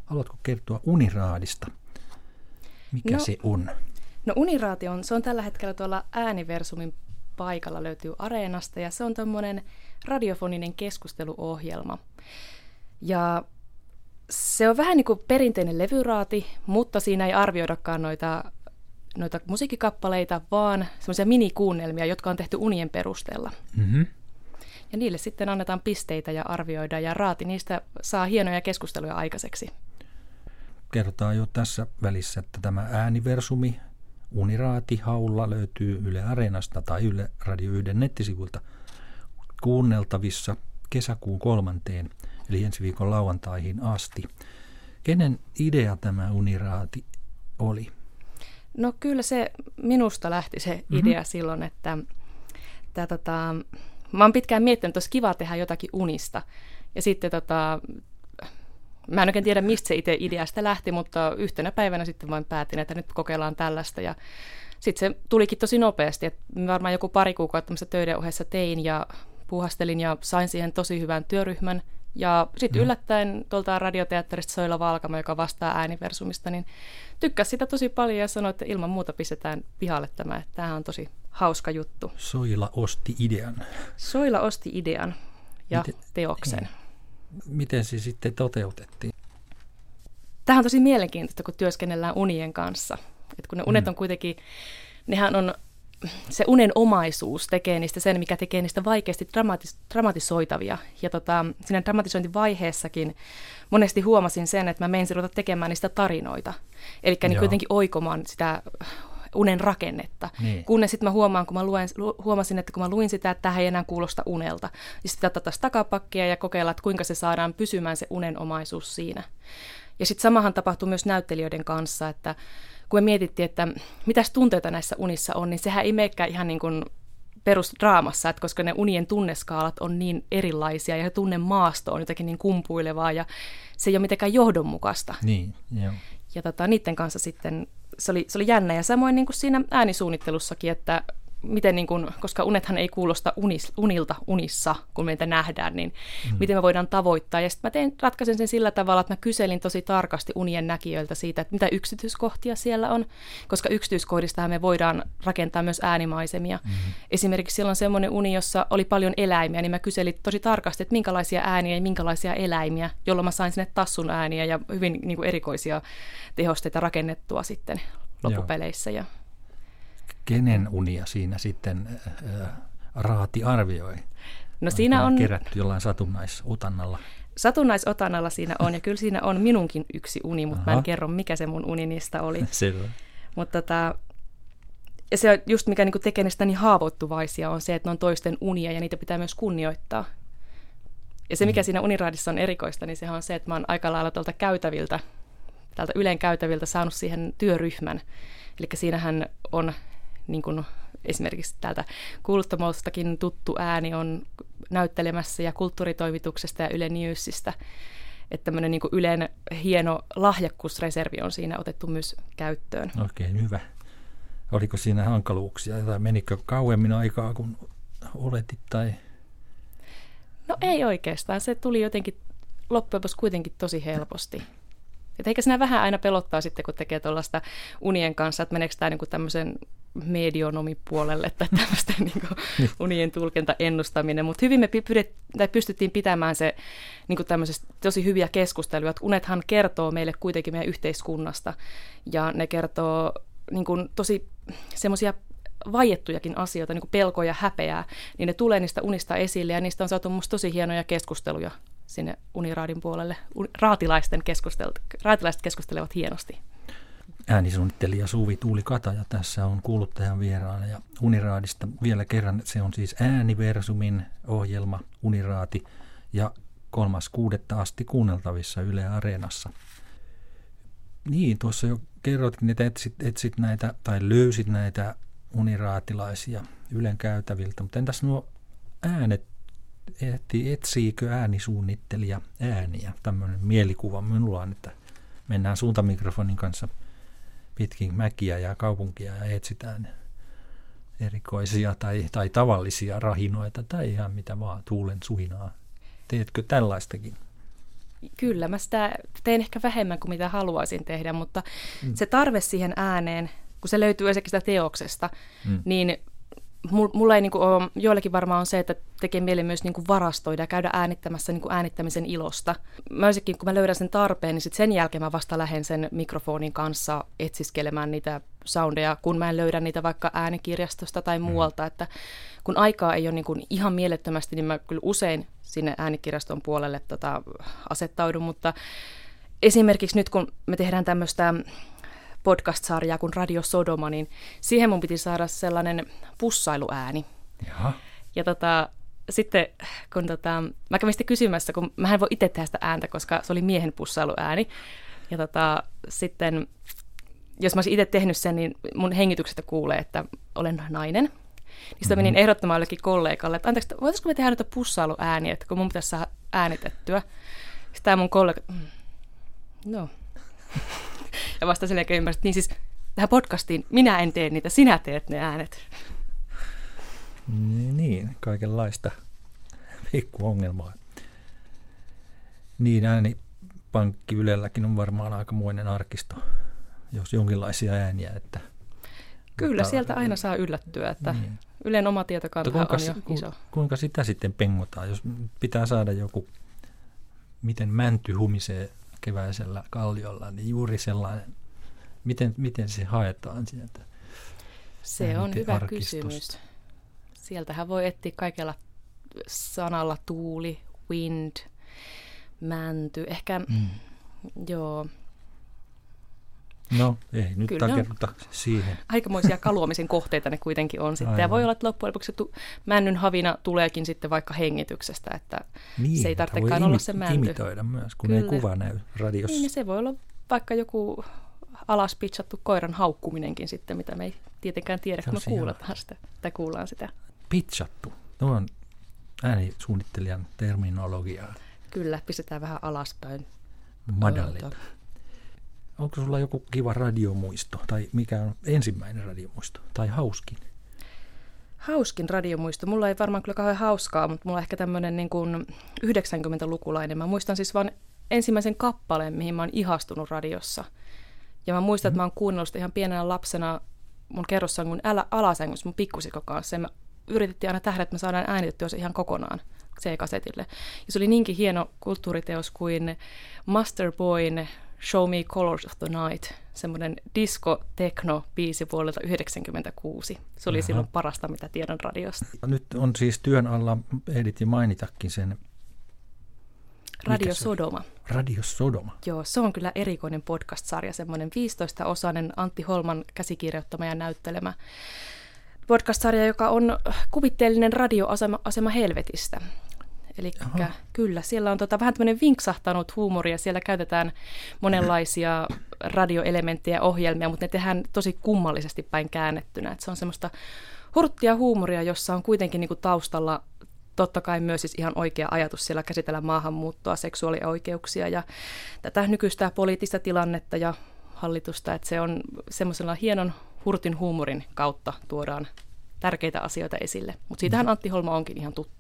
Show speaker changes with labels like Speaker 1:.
Speaker 1: Haluatko kertoa Uniraadista? Mikä se on?
Speaker 2: No Uniraati se on tällä hetkellä tuolla Ääniversumin paikalla, löytyy Areenasta, ja se on tommoinen radiofoninen keskusteluohjelma. Ja se on vähän niin kuin perinteinen levyraati, mutta siinä ei arvioidakaan noita musiikkikappaleita, vaan semmoisia minikuunnelmia, jotka on tehty unien perusteella.
Speaker 1: Mm-hmm. Ja
Speaker 2: niille sitten annetaan pisteitä ja arvioidaan, ja raati niistä saa hienoja keskusteluja aikaiseksi.
Speaker 1: Kerrotaan jo tässä välissä, että tämä Ääniversumi Uniraati haulla löytyy Yle Areenasta tai Yle Radio 1 nettisivuilta kuunneltavissa kesäkuun 3. eli ensi viikon lauantaihin asti. Kenen idea tämä Uniraati oli?
Speaker 2: No kyllä se minusta lähti se idea silloin, että mä oon pitkään miettinyt, että olisi kiva tehdä jotakin unista. Ja sitten mä en oikein tiedä, mistä se itse ideasta lähti, mutta yhtenä päivänä sitten vain päätin, että nyt kokeillaan tällaista. Ja sitten se tulikin tosi nopeasti, että varmaan joku pari kuukautta töiden ohessa tein ja puuhastelin ja sain siihen tosi hyvän työryhmän. Ja sitten yllättäen tuolta radioteatterista Soila Valkama, joka vastaa Ääniversumista, niin tykkäsi sitä tosi paljon ja sanoi, että ilman muuta pistetään pihalle tämä, että tämähän on tosi hauska juttu.
Speaker 1: Soila osti idean.
Speaker 2: Soila osti idean ja teoksen.
Speaker 1: Niin. Miten se sitten toteutettiin?
Speaker 2: Tämä on tosi mielenkiintoista, kun työskennellään unien kanssa. Et kun ne unet on kuitenkin, nehän on, se unen omaisuus tekee niistä sen, mikä tekee niistä vaikeasti dramatisoitavia. Ja siinä dramatisointivaiheessakin monesti huomasin sen, että mä menisin ruveta tekemään niistä tarinoita. Eli niin kuitenkin oikomaan sitä unen rakennetta. Niin. Kunnes sitten mä huomasin, että kun mä luin sitä, että tämähän ei enää kuulosta unelta. Ja sitten otetaan takapakkia ja kokeilla, että kuinka se saadaan pysymään se unenomaisuus siinä. Ja sitten samahan tapahtui myös näyttelijöiden kanssa, että kun me mietittiin, että mitäs tunteita näissä unissa on, niin sehän ei meekään ihan niin kuin perusdraamassa, että koska ne unien tunneskaalat on niin erilaisia ja se tunnemaasto on jotakin niin kumpuilevaa ja se ei ole mitenkään johdonmukaista.
Speaker 1: Niin, joo.
Speaker 2: Ja niiden kanssa sitten se oli jännä ja samoin niin kuin siinä äänisuunnittelussakin, että miten niin kuin, koska unethan ei kuulosta unilta unissa, kun meitä nähdään, niin miten me voidaan tavoittaa. Ja sitten mä ratkaisen sen sillä tavalla, että mä kyselin tosi tarkasti unien näkijöiltä siitä, että mitä yksityiskohtia siellä on, koska yksityiskohdistahan me voidaan rakentaa myös äänimaisemia. Esimerkiksi siellä on semmoinen uni, jossa oli paljon eläimiä, niin mä kyselin tosi tarkasti, että minkälaisia ääniä ja minkälaisia eläimiä, jolloin mä sain sinne tassun ääniä ja hyvin niin kuin erikoisia tehosteita rakennettua sitten loppupeleissä. Ja
Speaker 1: kenen unia siinä sitten raati arvioi?
Speaker 2: No siinä on
Speaker 1: kerätty jollain satunnaisotannalla.
Speaker 2: Satunnaisotannalla siinä on, ja kyllä siinä on minunkin yksi uni, mutta mä en kerro, mikä se mun uni niistä oli.
Speaker 1: Selvä.
Speaker 2: Mutta ja se on just mikä niinku tekee niistä niin haavoittuvaisia on se, että ne on toisten unia ja niitä pitää myös kunnioittaa. Ja se mikä siinä Uniraadissa on erikoista, niin sehän on se, että mä oon aika lailla täältä Ylen käytäviltä saanut siihen työryhmän. Eli siinähän on niin kuin esimerkiksi täältä Kuuluttamostakin tuttu ääni on näyttelemässä ja kulttuuritoimituksesta ja Yle Newsistä. Että tämmöinen niin kuin Ylen hieno lahjakkuusreservi on siinä otettu myös käyttöön.
Speaker 1: Oikein hyvä. Oliko siinä hankaluuksia tai menikö kauemmin aikaa kuin oletit? Tai?
Speaker 2: No ei oikeastaan. Se tuli jotenkin loppujen lopuksi kuitenkin tosi helposti. Että eikä siinä vähän aina pelottaa sitten, kun tekee tuollaista unien kanssa, että meneekö tämä niinku tämmöisen medionomipuolelle tai tämmöistä niinku unien tulkinta ennustaminen. Mutta hyvin me pystyttiin pitämään se niinku tämmöisestä tosi hyviä keskusteluja. Että unethan kertoo meille kuitenkin meidän yhteiskunnasta ja ne kertoo niinku tosi semmoisia vaiettujakin asioita, niin kuin pelkoja ja häpeää, niin ne tulee niistä unista esille ja niistä on saatu musta tosi hienoja keskusteluja sinne Uniraadin puolelle. Raatilaiset keskustelevat hienosti.
Speaker 1: Äänisuunnittelija Suvi Tuuli-Kataja tässä on kuuluttajan vieraana ja Uniraadista vielä kerran. Se on siis Ääniversumin ohjelma Uniraati ja 3.6. asti kuunneltavissa Yle Areenassa. Niin, tuossa jo kerrotkin, että etsit näitä tai löysit näitä uniraatilaisia Ylen käytäviltä, mutta entäs nuo äänet? Etsiikö äänisuunnittelija ääniä? Tämmöinen mielikuva minulla on, että mennään suuntamikrofonin kanssa pitkin mäkiä ja kaupunkia ja etsitään erikoisia tai tavallisia rahinoita tai ihan mitä vaan, tuulen suhinaa. Teetkö tällaistakin?
Speaker 2: Kyllä, mä sitä teen ehkä vähemmän kuin mitä haluaisin tehdä, mutta se tarve siihen ääneen, kun se löytyy esimerkiksi sitä teoksesta, niin mulla ei niinku ole, joillakin varmaan on se, että tekee mieli myös niinku varastoida ja käydä äänittämässä niinku äänittämisen ilosta. Mä olisikin, kun mä löydän sen tarpeen, niin sit sen jälkeen mä vasta lähden sen mikrofonin kanssa etsiskelemään niitä soundeja, kun mä en löydä niitä vaikka äänikirjastosta tai muualta. Että kun aikaa ei ole niinku ihan mielettömästi, niin mä kyllä usein sinne äänikirjaston puolelle asettaudun, mutta esimerkiksi nyt kun me tehdään tämmöistä podcast-sarjaa kuin Radio Sodoma, niin siihen mun piti saada sellainen pussailuääni.
Speaker 1: Jaha.
Speaker 2: Ja sitten kun mä kävin sitten kysymässä, kun mä en voi itse tehdä sitä ääntä, koska se oli miehen pussailuääni. Ja sitten, jos mä olisin itse tehnyt sen, niin mun hengityksestä kuulee, että olen nainen. Niin sitten menin ehdottamaan jollekin kollegalle, että anteeksi, voitaisiko me tehdä näitä pussailuääniä, että kun mun pitäisi saada äänitettyä. Sitten tämä mun kollega, no. Ja vasta sen jälkeen ymmärsin, että niin siis tähän podcastiin minä en tee niitä, sinä teet ne äänet.
Speaker 1: Niin, kaikenlaista pikkuongelmaa. Niin, äänipankki Ylelläkin on varmaan aikamoinen arkisto, jos jonkinlaisia ääniä. Että,
Speaker 2: kyllä, sieltä aina saa yllättyä, että niin. Ylen oma tietokantahan on jo iso.
Speaker 1: Kuinka sitä sitten pengotaan, jos pitää saada joku, miten mänty humisee keväisellä kalliolla, niin juuri sellainen, miten se haetaan sieltä?
Speaker 2: Se on hyvä kysymys. Sieltähän voi etsiä kaikella sanalla tuuli, wind, mänty, ehkä, joo.
Speaker 1: No, ei nyt takerruta siihen.
Speaker 2: Aikamoisia kaluamisen kohteita ne kuitenkin on sitten. Aivan. Ja voi olla, että loppujen lopuksi männyn havina tuleekin sitten vaikka hengityksestä, että
Speaker 1: niin,
Speaker 2: se ei tarvitsekaan olla se mänty.
Speaker 1: Imitoida myös, kun kyllä. Ei kuva näy radiossa.
Speaker 2: Niin, se voi olla vaikka joku alas pitchattu koiran haukkuminenkin sitten, mitä me ei tietenkään tiedä, kun me kuullaan sitä.
Speaker 1: Pitchattu, no on äänisuunnittelijan terminologiaa.
Speaker 2: Kyllä, pistetään vähän alaspäin.
Speaker 1: Madallita. Onko sulla joku kiva radiomuisto, tai mikä on ensimmäinen radiomuisto, tai hauskin?
Speaker 2: Hauskin radiomuisto. Mulla ei varmaan kyllä kauhean hauskaa, mutta mulla on ehkä tämmöinen niin kuin 90-lukulainen. Mä muistan siis vaan ensimmäisen kappaleen, mihin mä oon ihastunut radiossa. Ja mä muistan, että mä oon kuunnellut sitä ihan pienenä lapsena mun kerrossangun alasängyssä mun pikkusikon kanssa. Ja me yritettiin aina tähdä, että me saadaan äänitettyä se ihan kokonaan C-kasetille. Ja se oli niinkin hieno kulttuuriteos kuin Master Boyn Show Me Colors of the Night, semmoinen disco-tekno-biisi vuodelta 1996. Se oli silloin parasta, mitä tiedän radiosta.
Speaker 1: Nyt on siis työn alla, ehdittiin mainitakin sen.
Speaker 2: Radio Sodoma.
Speaker 1: Radio Sodoma.
Speaker 2: Joo, se on kyllä erikoinen podcast-sarja, semmoinen 15-osainen Antti Holman käsikirjoittama ja näyttelemä podcast-sarja, joka on kuvitteellinen radioasema helvetistä. Eli kyllä, siellä on vähän tämmöinen vinksahtanut huumori ja siellä käytetään monenlaisia radioelementtejä ja ohjelmia, mutta ne tehdään tosi kummallisesti päin käännettynä. Että se on semmoista hurttia huumoria, jossa on kuitenkin niin kuin taustalla totta kai myös siis ihan oikea ajatus siellä käsitellä maahanmuuttoa, seksuaalioikeuksia ja tätä nykyistä poliittista tilannetta ja hallitusta. Että se on semmoisella hienon hurtin huumorin kautta tuodaan tärkeitä asioita esille. Mutta siitähän Antti Holma onkin ihan tuttu.